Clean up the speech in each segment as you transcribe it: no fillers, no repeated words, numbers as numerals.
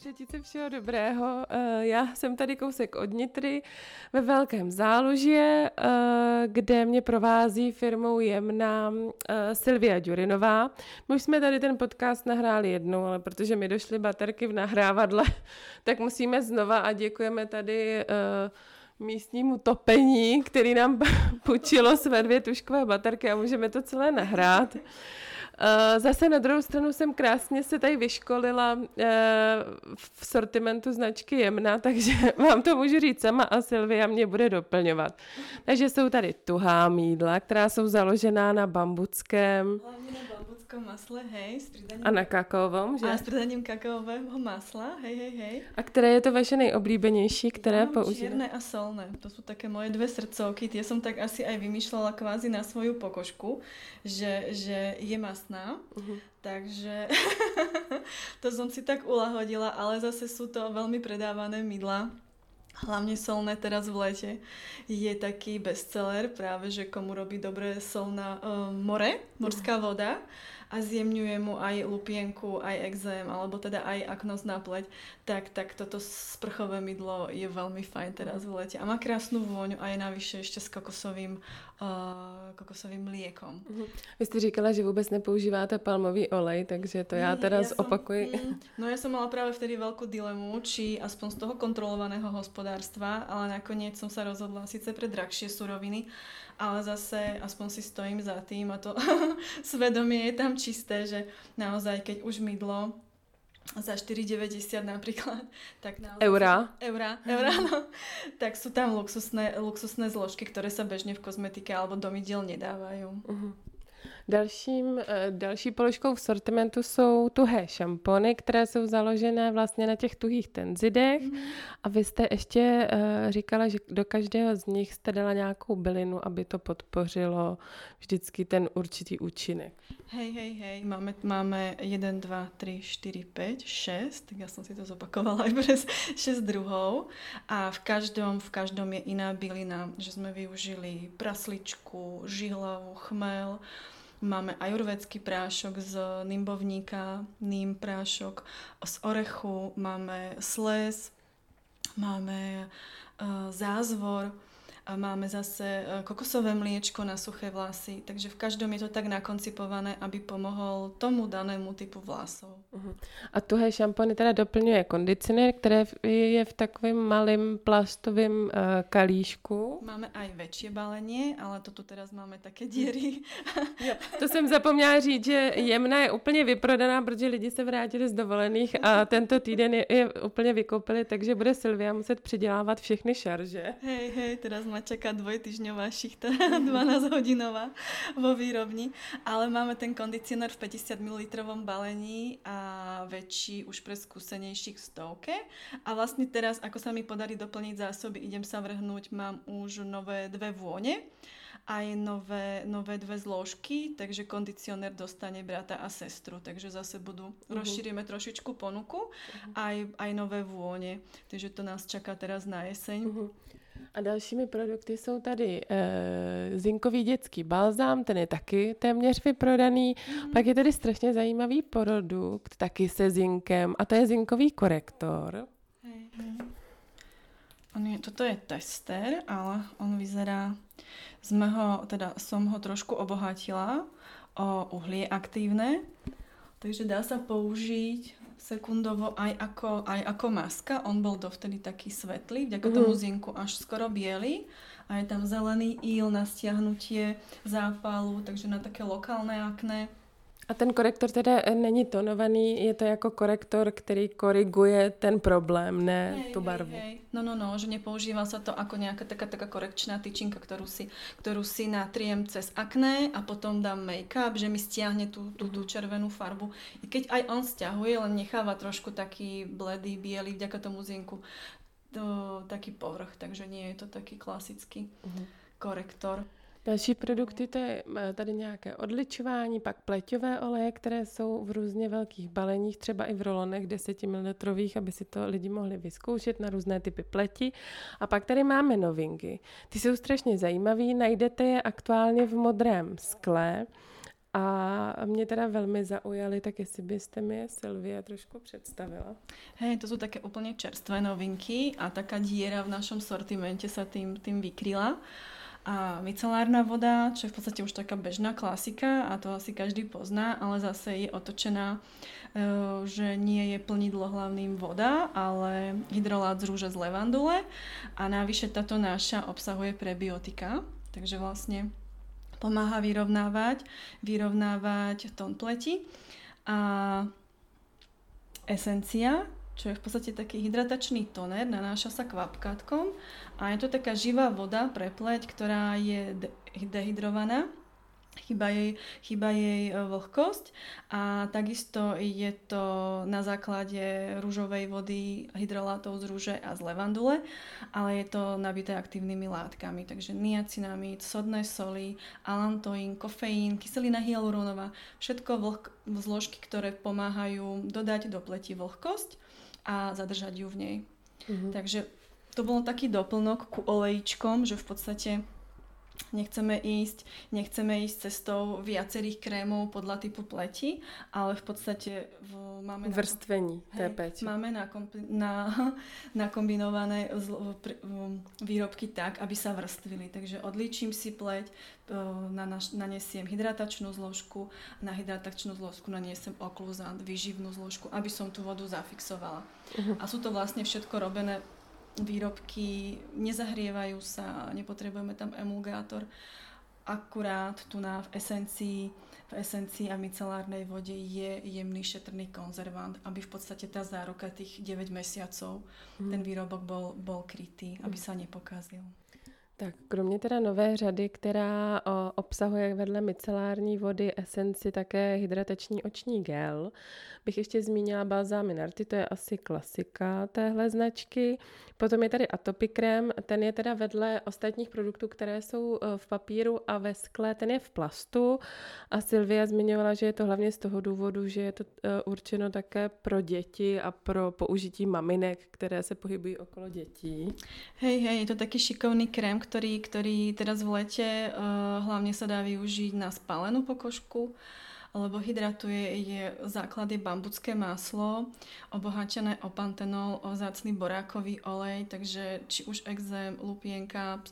Přeji ti všeho dobrého. Já jsem tady kousek od Nitry ve Velkém Záluží, kde mě provází firmou Jemna Silvia Ďurinová. My už jsme tady ten podcast nahráli jednou, ale protože mi došly baterky v nahrávadle, tak musíme znova a děkujeme tady místnímu topení, který nám půjčilo své 2 tužkové baterky a můžeme to celé nahrát. Zase na druhou stranu jsem krásně se tady vyškolila v sortimentu značky Jemna, takže vám to můžu říct sama a Silvia mě bude doplňovat. Takže jsou tady tuhá mýdla, která jsou založená na bambuckém. Hlavně na bambuckom masle, hej. A na kakaovom, že? A s pridaním kakaového masla, hej. A které je to vaše nejoblíbenější, které používáte? Čierne a solné. To sú také moje 2 srdcovky. Tie som tak asi aj vymýšľala kvázi na svoju pokožku, že je masná. Takže to som si tak ulahodila, ale zase sú to veľmi predávané mydlá. Hlavne solné teraz v lete je taký bestseller, práve že komu robí dobre solná morská voda a zjemňuje mu aj lupienku, aj exém, alebo teda aj aknosť na pleť, tak toto sprchové mydlo je veľmi fajn teraz v lete. A má krásnu vôňu a je navyše ešte s kokosovým mliekom. Vy jste říkala, že vůbec nepoužíváte palmový olej, takže to já teda zopakuji. Ja som mala práve vtedy veľkú dilemu, či aspoň z toho kontrolovaného hospodárstva, ale nakoniec som sa rozhodla síce pre drahšie suroviny, ale zase aspoň si stojím za tým a to svedomie je tam čisté, že naozaj keď už mydlo za 4,90 napríklad, tak naozaj... Eurá, no. Tak sú tam luxusné zložky, ktoré sa bežne v kozmetike alebo do mydiel nedávajú. Další položkou v sortimentu jsou tuhé šampony, které jsou založené vlastně na těch tuhých tenzidech. A vy jste ještě říkala, že do každého z nich jste dala nějakou bylinu, aby to podpořilo vždycky ten určitý účinek. Hej. Máme 1, 2, 3, 4, 5, 6, tak ja som si to zopakovala aj pre 6 druhov. A v každom je iná bylina, že sme využili prasličku, žihlavu, chmel. Máme ajurvédsky prášok z nimbovníka, ním prášok z orechu, máme sles, máme zázvor, a máme zase kokosové mliečko na suché vlasy, takže v každom je to tak nakoncipované, aby pomohol tomu danému typu vlasov. A tuhé šampony teda doplňuje kondicionér, který je v takovém malém plastovém kalíšku. Máme aj väčšie balenie, ale to tu teraz máme také diery. Jo, to jsem zapomněla říct, že Jemna je úplně vyprodaná, protože lidi se vrátili z dovolených a tento týden je úplně vykopili, takže bude Silvia muset přidělávat všechny šarže. Hej, teraz ma čaká 2týždňová šichta, 12-hodinová vo výrobni, ale máme ten kondicionér v 50 ml balení a väčší už pre skúsenejších v 100. A vlastne teraz, ako sa mi podarí doplniť zásoby, idem sa vrhnúť, mám už nové 2 vône, aj nové 2 zložky, takže kondicionér dostane brata a sestru, takže zase rozšírime trošičku ponuku, aj nové vône, takže to nás čaká teraz na jeseň. A dalšími produkty jsou tady zinkový dětský balzám, ten je taky téměř vyprodaný. Pak je tady strašně zajímavý produkt, taky se zinkem, a to je zinkový korektor. Toto je tester, ale on vyzerá, som ho trošku obohatila o uhlie aktívne, takže dá sa použiť sekundovo aj ako maska. On bol dovtedy taký svetlý, vďaka tomu zinku až skoro biely. A je tam zelený íl na stiahnutie zápalu, takže na také lokálne akné. A ten korektor teda není tonovaný, je to jako korektor, který koriguje ten problém, ne tu barvu. No, že nepoužíva sa to ako nejaká taká korekčná tyčinka, ktorú si natriem cez akné a potom dám make-up, že mi stiahne tú červenú farbu. I keď aj on stiahuje, len necháva trošku taký bledý, biely vďaka tomu zinku taký povrch, takže nie je to taký klasický korektor. Další produkty, to je tady nějaké odličování, pak pleťové oleje, které jsou v různě velkých baleních, třeba i v rolonech 10 ml, aby si to lidi mohli vyzkoušet na různé typy pleti. A pak tady máme novinky. Ty jsou strašně zajímavý, najdete je aktuálně v modrém skle. A mě teda velmi zaujaly, tak jestli byste mi je, Silvia, trošku představila. Hej, to sú také úplne čerstvé novinky a taká diera v našom sortimente sa tým vykryla. A micelárna voda, čo je v podstate už taká bežná klasika a to asi každý pozná, ale zase je otočená, že nie je plnidlo hlavným voda, ale hydrolát z rúže z levandule a navyše táto naša obsahuje prebiotika, takže vlastne pomáha vyrovnávať tón pleti. A esencia, čo je v podstate taký hydratačný toner, nanáša sa kvapkátkom a je to taká živá voda pre pleť, ktorá je dehydrovaná, chýba jej vlhkosť a takisto je to na základe rúžovej vody, hydrolátov z rúže a z levandule, ale je to nabité aktívnymi látkami, takže niacinamid, sodné soli, alantoín, kofeín, kyselina hyalurónová, všetko zložky, ktoré pomáhajú dodať do pleti vlhkosť a zadržať ju v nej. Takže to bol taký doplnok ku olejičkom, že v podstate nechceme ísť cestou viacerých krémov podľa typu pleti, ale v podstate máme vrstvení té péči. Máme nakombinované výrobky tak, aby sa vrstvili. Takže odlíčim si pleť, nanesiem hydratačnú zložku, na hydratačnú zložku naniesem okluzant, výživnú zložku, aby som tú vodu zafixovala. A sú to vlastne všetko robené výrobky, nezahrievajú sa, nepotrebujeme tam emulgátor. Akurát tu v esencii a micelárnej vode je jemný šetrný konzervant, aby v podstate tá záruka tých 9 mesiacov ten výrobok bol krytý, aby sa nepokazil. Tak kromě teda nové řady, která obsahuje vedle micelární vody esenci také hydratační oční gel, bych ještě zmínila balzámy Narty, to je asi klasika téhle značky. Potom je tady Atopikrém, ten je teda vedle ostatních produktů, které jsou v papíru a ve skle, ten je v plastu a Silvia zmiňovala, že je to hlavně z toho důvodu, že je to určeno také pro děti a pro použití maminek, které se pohybují okolo dětí. Hej, je to taký šikovný krém, ktorý teraz v lete hlavne sa dá využiť na spálenú pokožku, lebo hydratuje, základ je bambucké maslo, obohatené o pantenol, o vzácny borákový olej, takže či už ekzém, lupienka,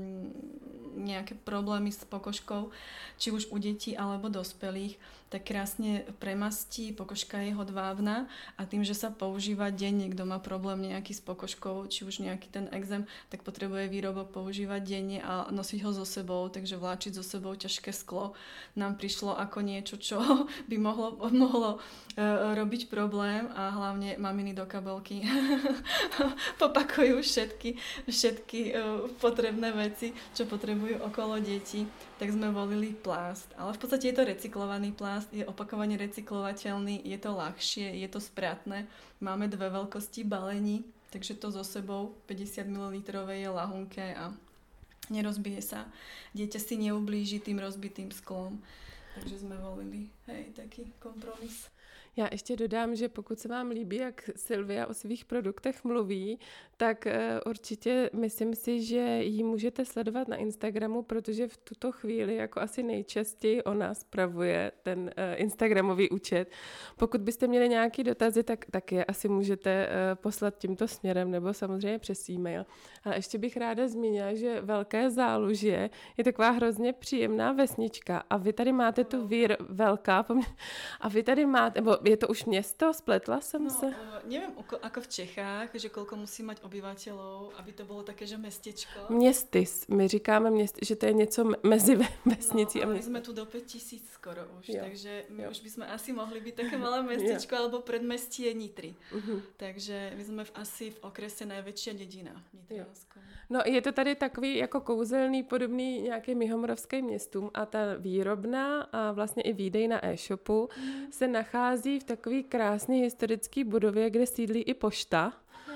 nejaké problémy s pokožkou, či už u detí alebo dospelých, tak krásne premastí, pokožka je hodvábna a tým, že sa používa denne, kto má problém nejaký s pokožkou, či už nejaký ten ekzém, tak potrebuje výrobok používať denne a nosiť ho so sebou, takže vláčiť so sebou ťažké sklo nám prišlo ako niečo, čo by mohlo robiť problém a hlavne maminy do kabelky popakujú všetky potrebné veci, čo potrebujú okolo detí, tak sme volili plast. Ale v podstate je to recyklovaný plast, je opakovane recyklovateľný, je to ľahšie, je to spratné. Máme 2 veľkosti balení, takže to so sebou 50 ml je lahunké a nerozbije sa. Dieťa si neublíži tým rozbitým sklom. Takže jsme volili, taký kompromis. Já ještě dodám, že pokud se vám líbí, jak Silvia o svých produktech mluví, tak určitě myslím si, že ji můžete sledovat na Instagramu, protože v tuto chvíli jako asi nejčastěji ona spravuje ten Instagramový účet. Pokud byste měli nějaké dotazy, tak je asi můžete poslat tímto směrem nebo samozřejmě přes e-mail. Ale ještě bych ráda zmínila, že Velké Zálužie je taková hrozně příjemná vesnička a vy tady máte tu velká a vy tady máte, nebo je to už město? Spletla jsem se? Neviem ako v Čechách, že koľko musí mať obyvateľov, aby to bolo také, že mestečko. Městys. My říkáme že to je něco mezi vesnicí a městem. My sme tu do 5000 skoro už, takže my už by sme asi mohli byť také malé mestečko alebo predmestie Nitry. Takže my sme asi v okrese najväčšia dedina Nitrianskom. No je to tady takový jako kouzelný, podobný nějakým jihomoravským městům a ta výrobna a vlastně i výdej na e-shopu se nachází v takové krásné historické budově, kde sídlí i pošta.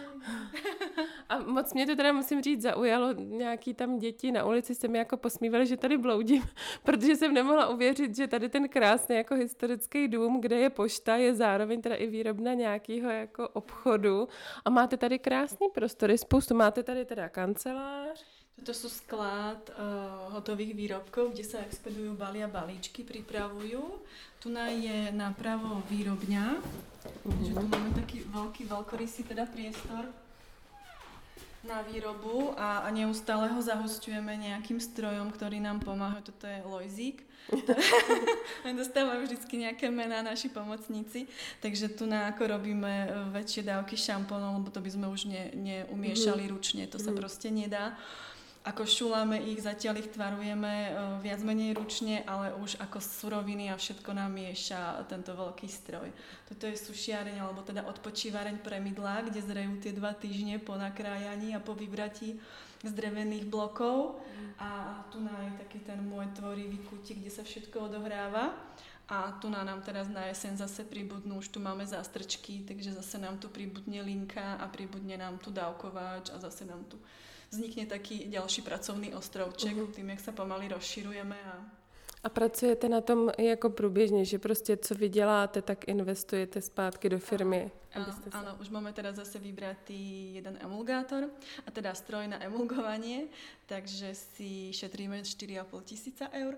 A moc mě to teda, musím říct, zaujalo. Nějaký tam děti na ulici se mi jako posmívali, že tady bloudím, protože jsem nemohla uvěřit, že tady ten krásný jako historický dům, kde je pošta, je zároveň teda i výrobna nějakého jako obchodu a máte tady krásný prostory, spoustu. Máte tady teda kancelář. Toto sú sklad hotových výrobkov, kde sa expedujú, balia balíčky, pripravujú. Tu je napravo výrobňa, že tu máme taký veľkorysý teda priestor na výrobu a neustále ho zahusťujeme nejakým strojom, ktorý nám pomáha. Toto je Lojzík. Dostávajú vždycky nejaké mená naši pomocníci, takže tu ako robíme väčšie dávky šampónov, lebo to by sme už neumiešali ručne, to sa proste nedá. Ako šuláme ich, zatiaľ ich tvarujeme viac menej ručne, ale už ako suroviny a všetko nám mieša tento veľký stroj. Toto je sušiareň, alebo teda odpočívareň pre mydlá, kde zrejú tie 2 týždne po nakrájaní a po vybratí z drevených blokov. A tu je taký ten môj tvorivý kútik, kde sa všetko odohráva. A tu nám teraz na jeseň zase pribudnú, už tu máme zástrčky, takže zase nám tu pribudne linka a pribudne nám tu dávkovač a zase nám tu vznikne taký ďalší pracovný ostrovček, tým, jak sa pomaly rozširujeme. A pracujete na tom jako průběžně, že prostě co vyděláte, tak investujete zpátky do firmy? Áno, už máme teraz zase vybratý jeden emulgátor, a teda stroj na emulgovanie, takže si šetríme 4 500 eur.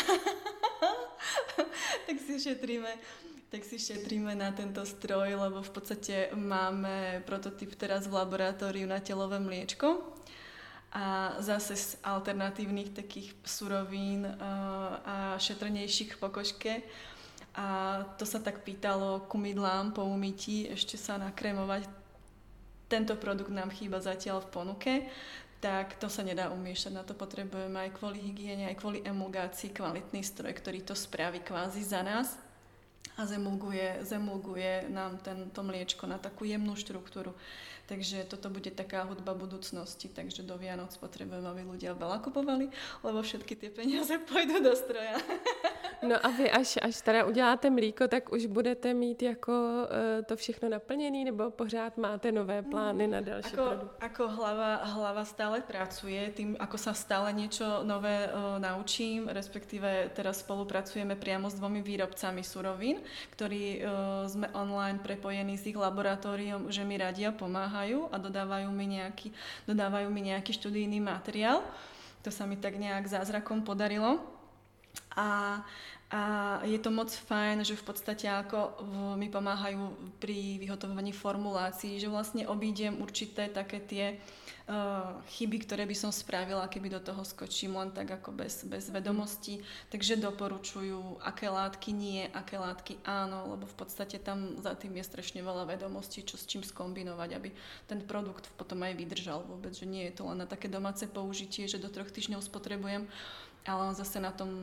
Tak si šetríme na tento stroj, lebo v podstate máme prototyp teraz v laboratóriu na telové mliečko. A zase z alternatívnych takých surovín a šetrnejších pokožke. A to sa tak pýtalo ku mydlám po umytí ešte sa nakrémovať. Tento produkt nám chýba zatiaľ v ponuke, tak to sa nedá umiešať. Na to potrebujeme aj kvôli hygiene, aj kvôli emulgácii kvalitný stroj, ktorý to spraví kvázi za nás a zemulguje nám to mliečko na takú jemnú štruktúru. Takže toto bude taká hudba budúcnosti, takže do Vianoc potrebujeme, aby ľudia veľa kupovali, lebo všetky tie peniaze pôjdu do stroja. No a vy, až teda uděláte mlíko, tak už budete mít jako to všechno naplněné, nebo pořád máte nové plány na další produkt? Ako hlava stále pracuje, tým ako sa stále niečo nové naučím, respektíve teraz spolupracujeme priamo s 2 výrobcami surovín, ktorí sme online prepojení s ich laboratóriom, že mi radia, pomáhajú a dodávajú mi nejaký študijný materiál. To sa mi tak nejak zázrakom podarilo. A je to moc fajn, že v podstate ako mi pomáhajú pri vyhotovovaní formulácií, že vlastne obídem určité také tie chyby, ktoré by som spravila, keby do toho skočím len tak ako bez vedomostí. Takže doporučujú, aké látky nie, aké látky áno, lebo v podstate tam za tým je strašne veľa vedomostí, čo s čím skombinovať, aby ten produkt potom aj vydržal vôbec, že nie je to len na také domáce použitie, že do 3 týždňov spotrebujem, ale on zase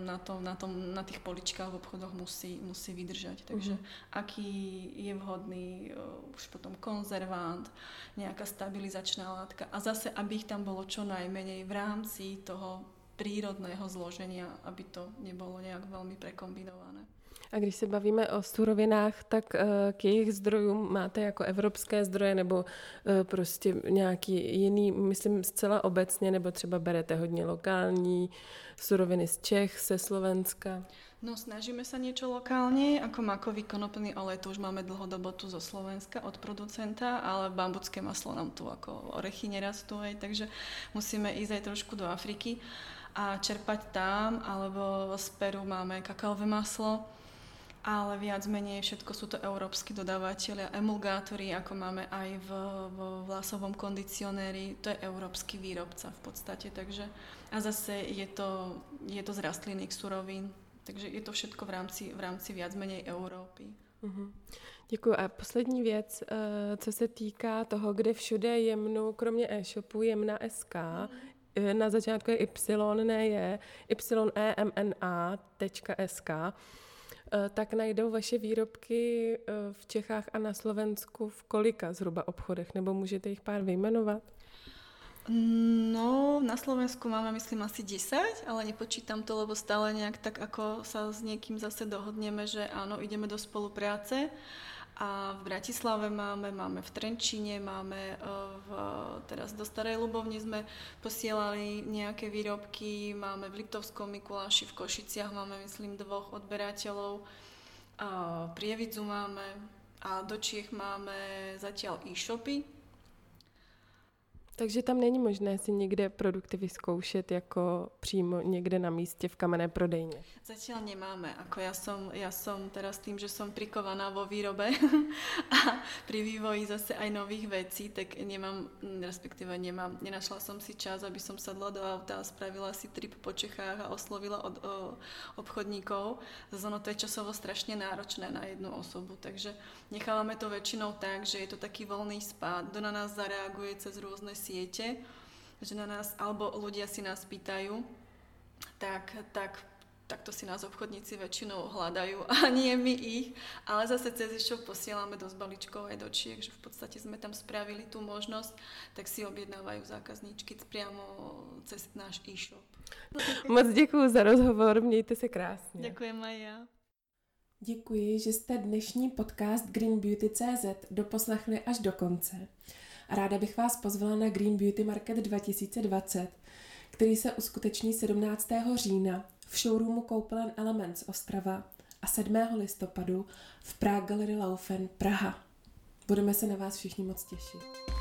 na tých poličkách v obchodoch musí vydržať. Takže aký je vhodný už potom konzervant, nejaká stabilizačná látka a zase, aby ich tam bolo čo najmenej v rámci toho prírodného zloženia, aby to nebolo nejak veľmi prekombinované. A když se bavíme o surovinách, tak k jejich zdrojům máte jako evropské zdroje nebo prostě nějaký jiný, myslím zcela obecně, nebo třeba berete hodně lokální suroviny z Čech, ze Slovenska? No, snažíme sa niečo lokálne, ako makový konopný olej, to už máme dlhodobo tu zo Slovenska od producenta, ale bambucké maslo nám tu ako orechy nerastú, takže musíme ísť aj trošku do Afriky a čerpať tam, alebo z Peru máme kakaové maslo, ale viac menej všetko sú to európski dodávateľia, emulgátory, ako máme aj v vlasovom kondicionéri, to je európsky výrobca v podstate, takže a zase je to z rastlinných surovín. Takže je to všetko v rámci viac menej Európy. Děkuji. A poslední věc, co se týká toho, kde všude jemnu, kromě e-shopu, jemna SK, na začátku je Y, ne je, YEMNA.SK, tak najdou vaše výrobky v Čechách a na Slovensku v kolika zhruba obchodech, nebo můžete jich pár vyjmenovat? No, na Slovensku máme, myslím, asi 10, ale nepočítam to, lebo stále nejak tak, ako sa s niekým zase dohodneme, že áno, ideme do spolupráce. A v Bratislave máme v Trenčíne, máme teraz do Starej Ľubovne sme posielali nejaké výrobky, máme v Liptovskom Mikuláši, v Košiciach máme, myslím, 2 odberateľov, Prievidzu máme a do Čiech máme zatiaľ e-shopy. Takže tam není možné si někde produkty vyzkoušet jako přímo někde na místě v kamenné prodejně? Zatiaľ nemáme. Ako ja som teraz tým, že som trikovaná vo výrobe a pri vývoji zase aj nových vecí, tak nenašla som si čas, aby som sadla do auta a spravila si trip po Čechách a oslovila od obchodníkov. Zase ono to je časovo strašne náročné na jednu osobu, takže nechávame to väčšinou tak, že je to taký voľný spád. Kto na nás zareaguje cez rôzne siete, že na nás, alebo ľudia si nás pýtajú, tak to si nás obchodníci väčšinou hľadajú a nie my ich, ale zase cez e-shop posielame dosť balíčkov aj do Čiech, že v podstate sme tam spravili tú možnosť, tak si objednávajú zákazníčky priamo cez náš e-shop. Moc děkuji za rozhovor, mějte se krásně. Ďakujem aj ja. Děkuji, že jste dnešní podcast Green Beauty CZ doposlechli až do konce. A ráda bych vás pozvala na Green Beauty Market 2020, který se uskuteční 17. října v showroomu koupelen Elements Ostrava a 7. listopadu v Prague Gallery Laufen Praha. Budeme se na vás všichni moc těšit.